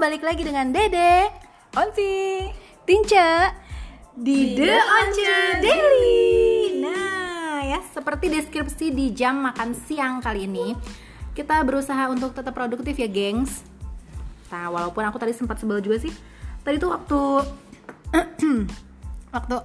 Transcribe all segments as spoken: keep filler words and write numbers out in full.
balik lagi dengan Dede, Onti, Tince di The Once Daily. Nah ya, Seperti deskripsi di jam makan siang kali ini, kita berusaha untuk tetap produktif ya gengs. Nah walaupun aku tadi sempat sebel juga sih. Tadi tuh waktu Waktu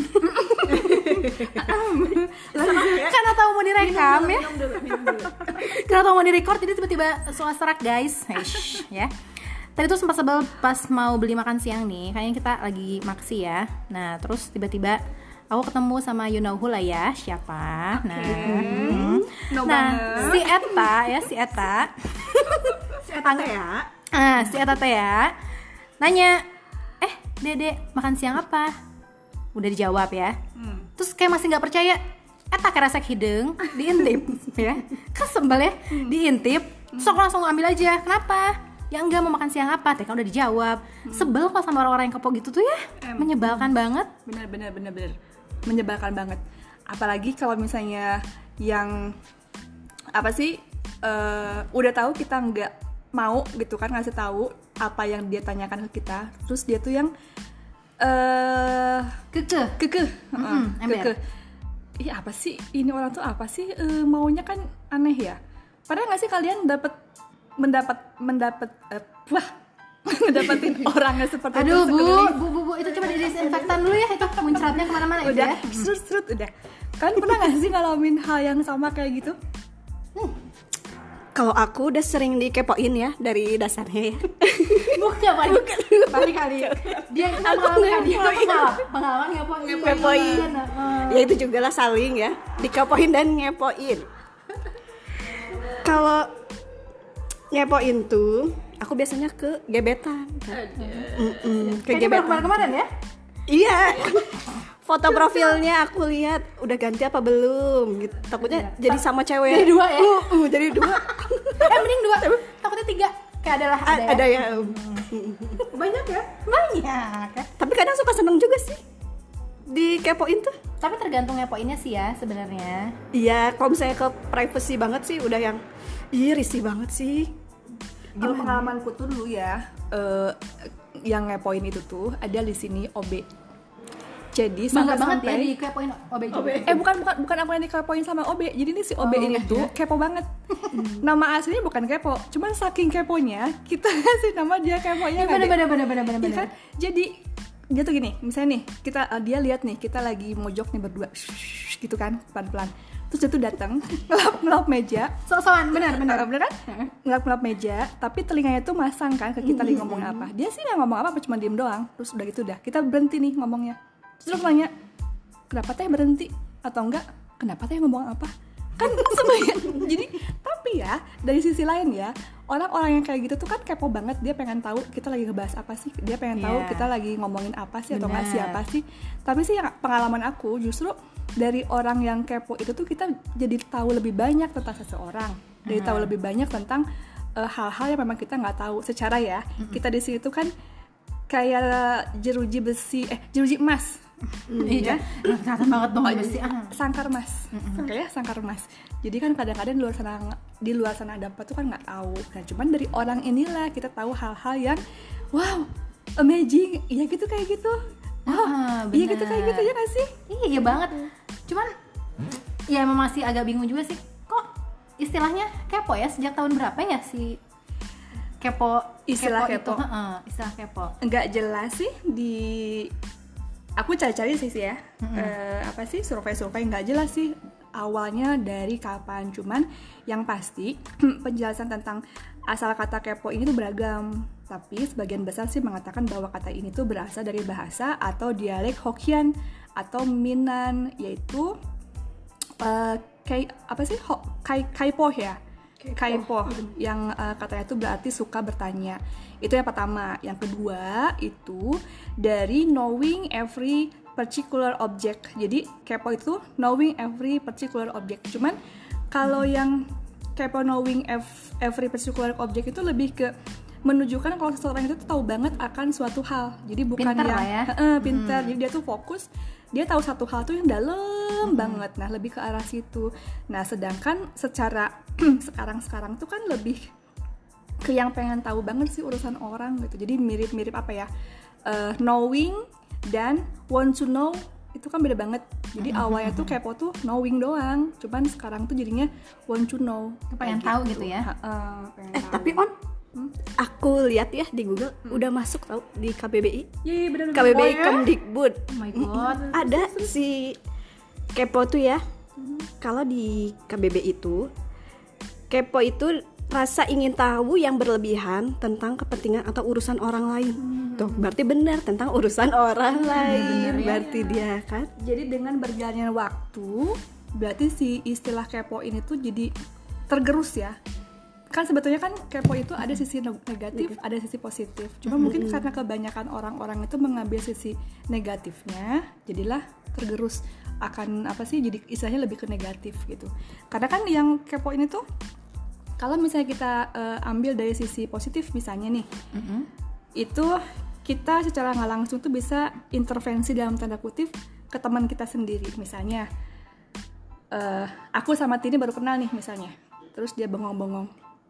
Karena tahu mau direkam ya Karena tahu mau direkord jadi tiba-tiba suara serak guys. Heish, ya. Tadi tuh sempat sebel pas mau beli makan siang nih. Kayaknya kita lagi maksi ya. Nah terus tiba-tiba aku ketemu sama you know who lah ya. Siapa? Nah, hmm. no nah si banget. Eta ya si Eta Si Eta ya. Ah, si Eta teh ya nanya, eh Dede makan siang apa? Udah dijawab ya. Hmm. Terus kayak masih nggak percaya. Eta keresek hidung diintip ya. Kan sebel ya, diintip. Sok langsung ambil aja. Kenapa? Ya enggak, mau makan siang apa? Teh kan udah dijawab. Sebel kok sama orang-orang yang kepo gitu tuh ya. Em. Menyebalkan banget. Benar benar benar benar. Menyebalkan banget. Apalagi kalau misalnya yang apa sih eh, udah tahu kita nggak mau gitu kan ngasih tahu apa yang dia tanyakan ke kita. Terus dia tuh yang eh Kekeh. kekeh, Mm-mm, Heeh, ember. kekeh. Ih apa sih ini orang tuh apa sih Eh, maunya kan aneh ya. Padahal nggak sih kalian dapat mendapat mendapat eh, wah mendapatin orangnya seperti Aduh itu bu, sekeliling. bu, bu, bu, itu coba didisinfektan dulu ya. Itu muncratnya kemana-mana itu Udah ya. serut serut udah. Kalian pernah nggak sih ngalamin hal yang sama kayak gitu? Kalau aku udah sering dikepoin ya dari dasarnya ya. Bukan, bukan. Kali kali. Dia pengalaman dia pengalaman, pengalaman ngepoin. Ngepoin. Heeh. Ya itu juga lah saling ya, dikepoin dan ngepoin. Kalau ngepoin tuh, aku biasanya ke gebetan. Mm-mm, ke Kayaknya baru gebetan. kemarin-kemarin ya. Iya. Foto profilnya aku lihat udah ganti apa belum gitu. Takutnya jadi sama cewek. Jadi dua ya? Uh, uh, jadi dua. Eh mending dua. Takutnya tiga. Kayak adalah A- ada. ada ya. ya. Banyak ya? Banyak. Tapi kadang suka seneng juga sih dikepoin tuh. Tapi tergantung ngepoinnya sih ya sebenarnya. Iya, kalau misalnya ke privacy banget sih udah yang ih risih banget sih. Kalau pengalamanku tuh dulu ya, eh, yang ngepoin itu tuh ada di sini O B. Jadi Bangga banget ya sampai di kepoin O B juga. eh bukan bukan bukan aku yang dikepoin sama O B. Jadi ini si O B Oh, ini tuh kepo banget. Nama aslinya bukan kepo, cuman saking keponya kita kasih nama dia keponya. Bener bener bener bener bener. Iya kan? Jadi dia tuh gini, misalnya nih kita uh, dia lihat nih kita lagi mojok nih berdua, shhh, gitu kan pelan-pelan. Terus dia tuh datang ngelap ngelap meja, Sok-sokan bener bener. bener, bener kan? Ngelap ngelap meja, tapi telinganya tuh masang kan ke kita lagi ngomongin apa. Dia sih nggak ngomong apa, cuma diem doang. Terus udah gitu udah, kita berhenti nih ngomongnya. Terus aku nanya, kenapa teh berhenti? Atau enggak, kenapa teh ngomong apa? Kan semuanya. Jadi, tapi ya, dari sisi lain ya, orang-orang yang kayak gitu tuh kan kepo banget. Dia pengen tahu kita lagi ngebahas apa sih. Dia pengen tahu Iya. kita lagi ngomongin apa sih atau nggak Benar. siapa sih. Tapi sih yang pengalaman aku justru dari orang yang kepo itu tuh kita jadi tahu lebih banyak tentang seseorang. Jadi tahu lebih banyak tentang eh, hal-hal yang memang kita nggak tahu secara ya. Kita di sini tuh kan kayak jeruji besi, eh jeruji emas. Iya. Kelihatan banget dong besi. Ah. Sangkar emas, oke ya sangkar emas. Jadi kan kadang-kadang di luar sana di luar sana ada apa tuh kan nggak tahu. Nah cuman dari orang inilah kita tahu hal-hal yang wow amazing, iya gitu kayak gitu. Wow, Ah, iya gitu benar. kayak gitu ya nggak sih? Iya, iya banget. Cuman ya emang masih agak bingung juga sih. Kok istilahnya kepo ya sejak tahun berapa ya si kepo Istilah kepo, kepo. itu? Heeh, istilah kepo. Nggak jelas sih di aku cari-cari sih sih ya. Eh, apa sih survei-survei nggak jelas sih awalnya dari kapan. Cuman yang pasti penjelasan tentang asal kata kepo ini tuh beragam. Tapi sebagian besar sih mengatakan bahwa kata ini tuh berasal dari bahasa atau dialek Hokkien atau Minnan, yaitu eh, kai apa sih Ho, kai kaipo ya. Kaipo yang uh, katanya itu berarti suka bertanya. Itu yang pertama. Yang kedua itu dari knowing every particular object. Jadi kepo itu knowing every particular object. Cuman kalau yang kepo knowing ev- every particular object itu lebih ke menunjukkan kalau seseorang itu tahu banget akan suatu hal. Jadi bukan Pinter yang lah ya. Heeh, pintar. Jadi dia tuh fokus, dia tahu satu hal tuh yang dalam banget. Nah, lebih ke arah situ. Nah, sedangkan secara sekarang-sekarang tuh kan lebih ke yang pengen tahu banget sih urusan orang gitu. Jadi mirip-mirip apa ya, uh, knowing dan want to know itu kan beda banget. Jadi mm-hmm. awalnya tuh kepo tuh knowing doang, cuman sekarang tuh jadinya want to know, pengen tahu gitu, gitu ya. Uh, eh tahu. Tapi on hmm? aku lihat ya di Google hmm. udah masuk tau di K B B I. Iya benar. K B B I oh, ya? Kemdikbud. Oh my god. Ada si kepo tuh ya. Hmm. Kalau di K B B I itu kepo itu rasa ingin tahu yang berlebihan tentang kepentingan atau urusan orang lain. Hmm. Tuh, berarti benar tentang urusan orang hmm, lain. Ya. Berarti dia kan. Jadi dengan berjalannya waktu, berarti si istilah kepo ini tuh jadi tergerus ya. Kan sebetulnya kan kepo itu ada sisi negatif, ada sisi positif. Cuma hmm. mungkin karena kebanyakan orang-orang itu mengambil sisi negatifnya, jadilah tergerus akan apa sih? Jadi istilahnya lebih ke negatif gitu. Karena kan yang kepo ini tuh kalau misalnya kita uh, ambil dari sisi positif misalnya nih, mm-hmm. itu kita secara nggak langsung tuh bisa intervensi dalam tanda kutip ke teman kita sendiri. Misalnya, uh, aku sama Tini baru kenal nih misalnya, terus dia bengong-bengong,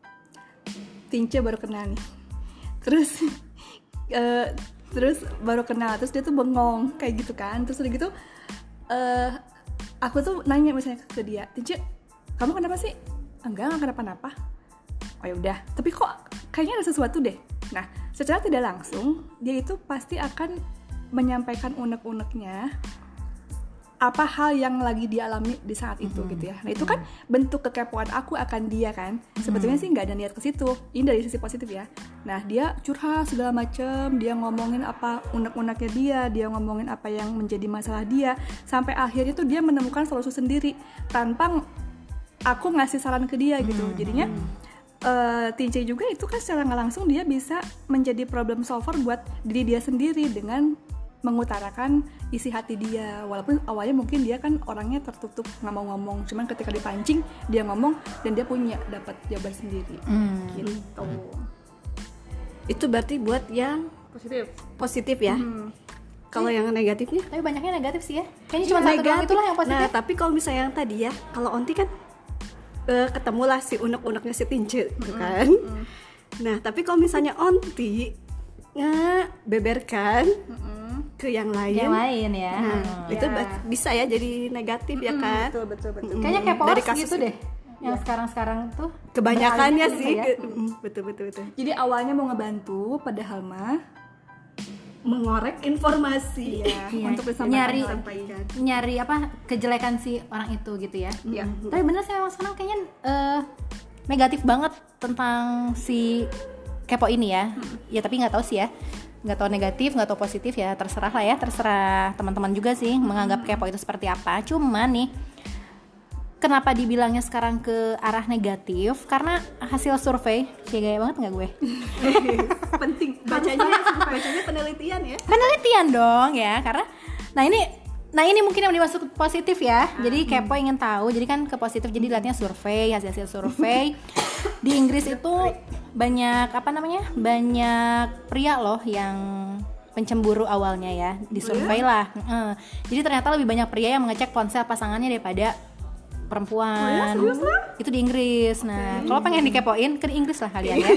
Tince baru kenal nih, terus uh, terus baru kenal, terus dia tuh bengong kayak gitu kan, terus udah gitu, uh, aku tuh nanya misalnya ke dia, Tince, kamu kenapa sih? Enggak, enggak kenapa-napa. Oh ya udah, tapi kok kayaknya ada sesuatu deh. Nah, secara tidak langsung dia itu pasti akan menyampaikan unek-uneknya apa hal yang lagi dialami di saat itu mm-hmm. gitu ya. Nah itu kan bentuk kekepoan aku akan dia kan. Sebetulnya mm-hmm. sih nggak ada niat ke situ. Ini dari sisi positif ya. Nah dia curhat segala macem, dia ngomongin apa unek-uneknya dia, dia ngomongin apa yang menjadi masalah dia, sampai akhirnya tuh dia menemukan solusi sendiri tanpa aku ngasih saran ke dia gitu. Mm-hmm. Jadinya uh, Tince juga itu kan secara nggak langsung dia bisa menjadi problem solver buat diri dia sendiri dengan mengutarakan isi hati dia, walaupun awalnya mungkin dia kan orangnya tertutup nggak mau ngomong, cuman ketika dipancing dia ngomong dan dia punya dapat jawaban sendiri. Hmm. Gitu. Itu berarti buat yang positif, positif ya. Hmm. Kalau yang negatifnya? Tapi banyaknya negatif sih ya. Kayaknya cuma satu doang itulah yang positif. Nah tapi kalau misalnya yang tadi ya, kalau Onti kan uh, ketemulah si unek-uneknya si Tince, gitu kan. Mm-hmm. Nah tapi kalau misalnya Onti ngebeberkan mm-hmm. ke yang lain, yang lain ya, nah hmm. itu ya. bisa ya jadi negatif mm-hmm. ya kan? Betul betul betul. Kayaknya kayak powers gitu deh, yang ya. sekarang-sekarang tuh kebanyakannya sih, ya. ke, betul betul betul. Jadi awalnya mau ngebantu, padahal mah mengorek informasi ya, ya. untuk bisa nyari sampaikan. nyari apa kejelekan si orang itu gitu ya. Iya. Mm-hmm. Tapi bener sih emang sekarang kayaknya uh, negatif banget tentang si kepo ini ya. Hmm. Ya tapi nggak tahu sih ya. Nggak tahu negatif, nggak tahu positif ya, terserah lah ya, terserah teman-teman juga sih menganggap kepo itu seperti apa. Cuman nih, kenapa dibilangnya sekarang ke arah negatif? Karena hasil survei, cie gaya banget nggak gue? Penting, bacanya, bacanya penelitian ya? Penelitian dong ya, karena, nah ini, nah ini mungkin yang dimaksud positif ya. Jadi kepo ingin tahu, jadi kan ke positif, jadi lihatnya survei, hasil-hasil survei. Di Inggris itu banyak apa namanya banyak pria loh yang pencemburu awalnya ya, disurvei lah. Uh, jadi ternyata lebih banyak pria yang mengecek ponsel pasangannya daripada perempuan. Oh ya, serius lah? Itu di Inggris. Nah, kalau pengen dikepoin ke Inggris lah kalian ya.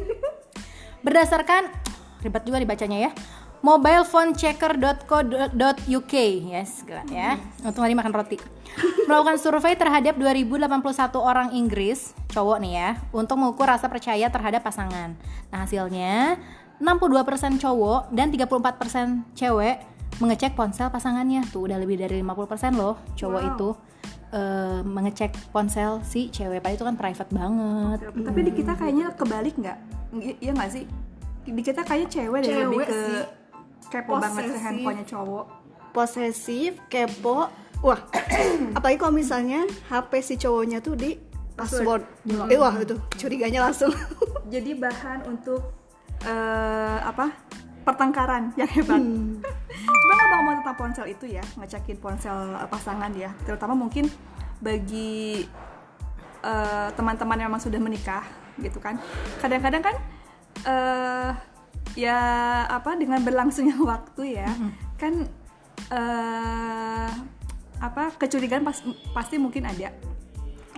Berdasarkan ribet juga dibacanya ya, mobilephone-checker dot co dot u k, yes, gila ya. Untung tadi makan roti. Melakukan survei terhadap dua ribu delapan puluh satu orang Inggris, cowok nih ya, untuk mengukur rasa percaya terhadap pasangan. Nah, hasilnya enam puluh dua persen cowok dan tiga puluh empat persen cewek mengecek ponsel pasangannya. Tuh udah lebih dari lima puluh persen loh cowok wow. itu uh, mengecek ponsel si cewek. Padahal itu kan private banget. Hmm. Tapi di kita kayaknya kebalik nggak? Iya nggak sih? Di kita kayaknya cewek, cewek lebih ke sih. Kepo posesif. Banget ke handphonenya cowok. Posesif, kepo. Wah, apalagi kalau misalnya H P si cowoknya tuh di password. Hmm. Eh wah itu curiganya langsung. Jadi bahan untuk uh, apa? Pertengkaran yang hebat. Hmm. Cuma ngomong-ngomong tentang ponsel itu ya, ngecekin ponsel pasangan ya, terutama mungkin bagi uh, teman-teman yang memang sudah menikah gitu kan. Kadang-kadang kan uh, ya apa dengan berlangsungnya waktu ya, mm-hmm. kan uh, apa kecurigaan pas, pasti mungkin ada.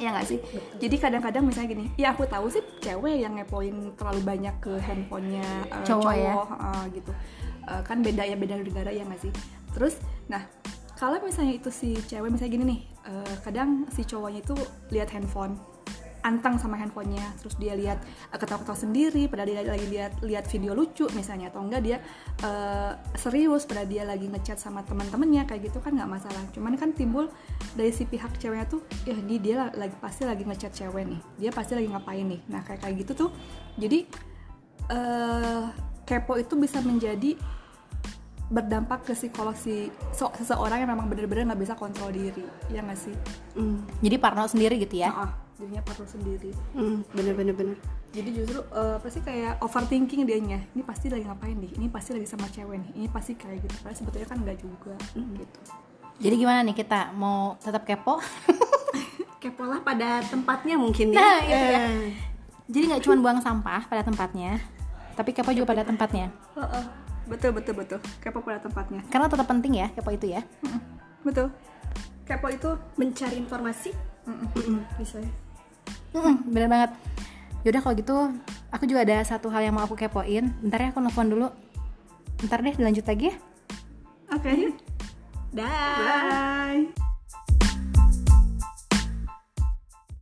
ya nggak sih? Jadi kadang-kadang misalnya gini, ya aku tahu sih cewek yang ngepoin terlalu banyak ke handphonenya uh, Cowok, cowok ya? uh, gitu. Uh, kan beda ya, beda negara ya nggak sih? Terus, nah kalau misalnya itu si cewek misalnya gini nih, uh, kadang si cowoknya itu lihat handphone, antang sama handphonenya, terus dia lihat uh, ketawa-ketawa sendiri, padahal dia lagi lihat lihat video lucu misalnya, atau enggak dia uh, serius, padahal dia lagi ngechat sama teman-temannya, kayak gitu kan nggak masalah. Cuman kan timbul dari si pihak ceweknya tuh, ya dia, dia lagi pasti lagi ngechat cewek nih, dia pasti lagi ngapain nih. Nah kayak kayak gitu tuh, jadi uh, kepo itu bisa menjadi berdampak ke psikologi so, seseorang yang memang benar-benar nggak bisa kontrol diri, ya nggak sih? Mm. Jadi parno sendiri gitu ya? Nah, jadinya parno sendiri. Mm, bener-bener bener. Jadi justru uh, pasti kayak overthinking dianya. Ini pasti lagi ngapain nih? Ini pasti lagi sama cewek nih. Ini pasti kayak gitu. Padahal sebetulnya kan nggak juga. Mm. Gitu. Jadi gimana nih, kita mau tetap kepo? Kepo lah pada tempatnya mungkin ya. Nah, gitu ya. Eh. Jadi nggak cuma buang sampah pada tempatnya, tapi kepo juga pada tempatnya. Uh, uh. Betul betul betul. Kepo pada tempatnya. Karena tetap penting ya kepo itu ya. Mm-mm. Betul. Kepo itu Mencari informasi. Mm-mm. Mm-mm, bisa ya. Mm-mm, bener banget. Yaudah kalau gitu, aku juga ada satu hal yang mau aku kepoin. Bentar ya, aku nelfon dulu. Bentar deh, dilanjut lagi ya. oke. Okay. Dah. Bye.